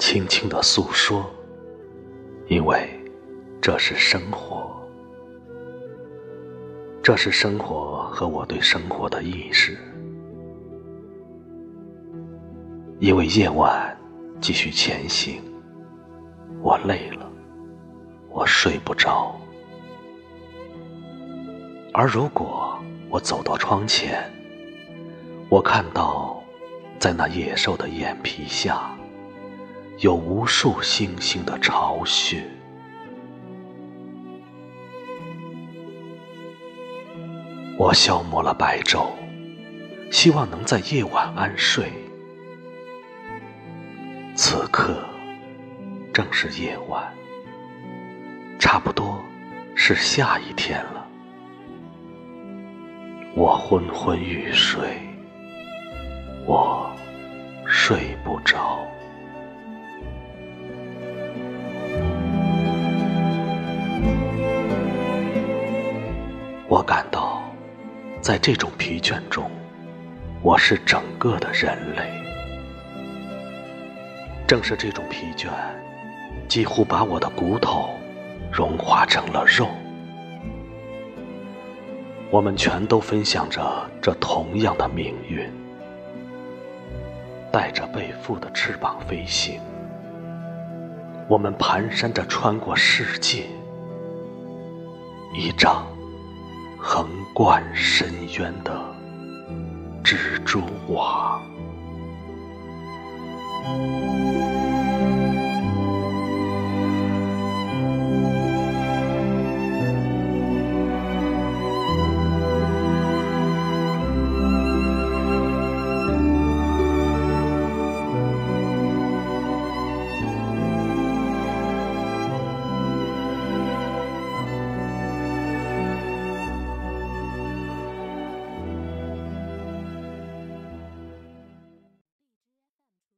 轻轻地诉说，因为这是生活，这是生活和我对生活的意识。因为夜晚继续前行，我累了，我睡不着。而如果我走到窗前，我看到在那野兽的眼皮下有无数星星的巢穴。我消磨了白昼，希望能在夜晚安睡。此刻正是夜晚，差不多是下一天了。我昏昏欲睡，我睡不着。我感到在这种疲倦中，我是整个的人类。正是这种疲倦，几乎把我的骨头融化成了肉。我们全都分享着这同样的命运，带着背负的翅膀飞行。我们蹒跚着穿过世界，一张横贯深渊的蜘蛛网。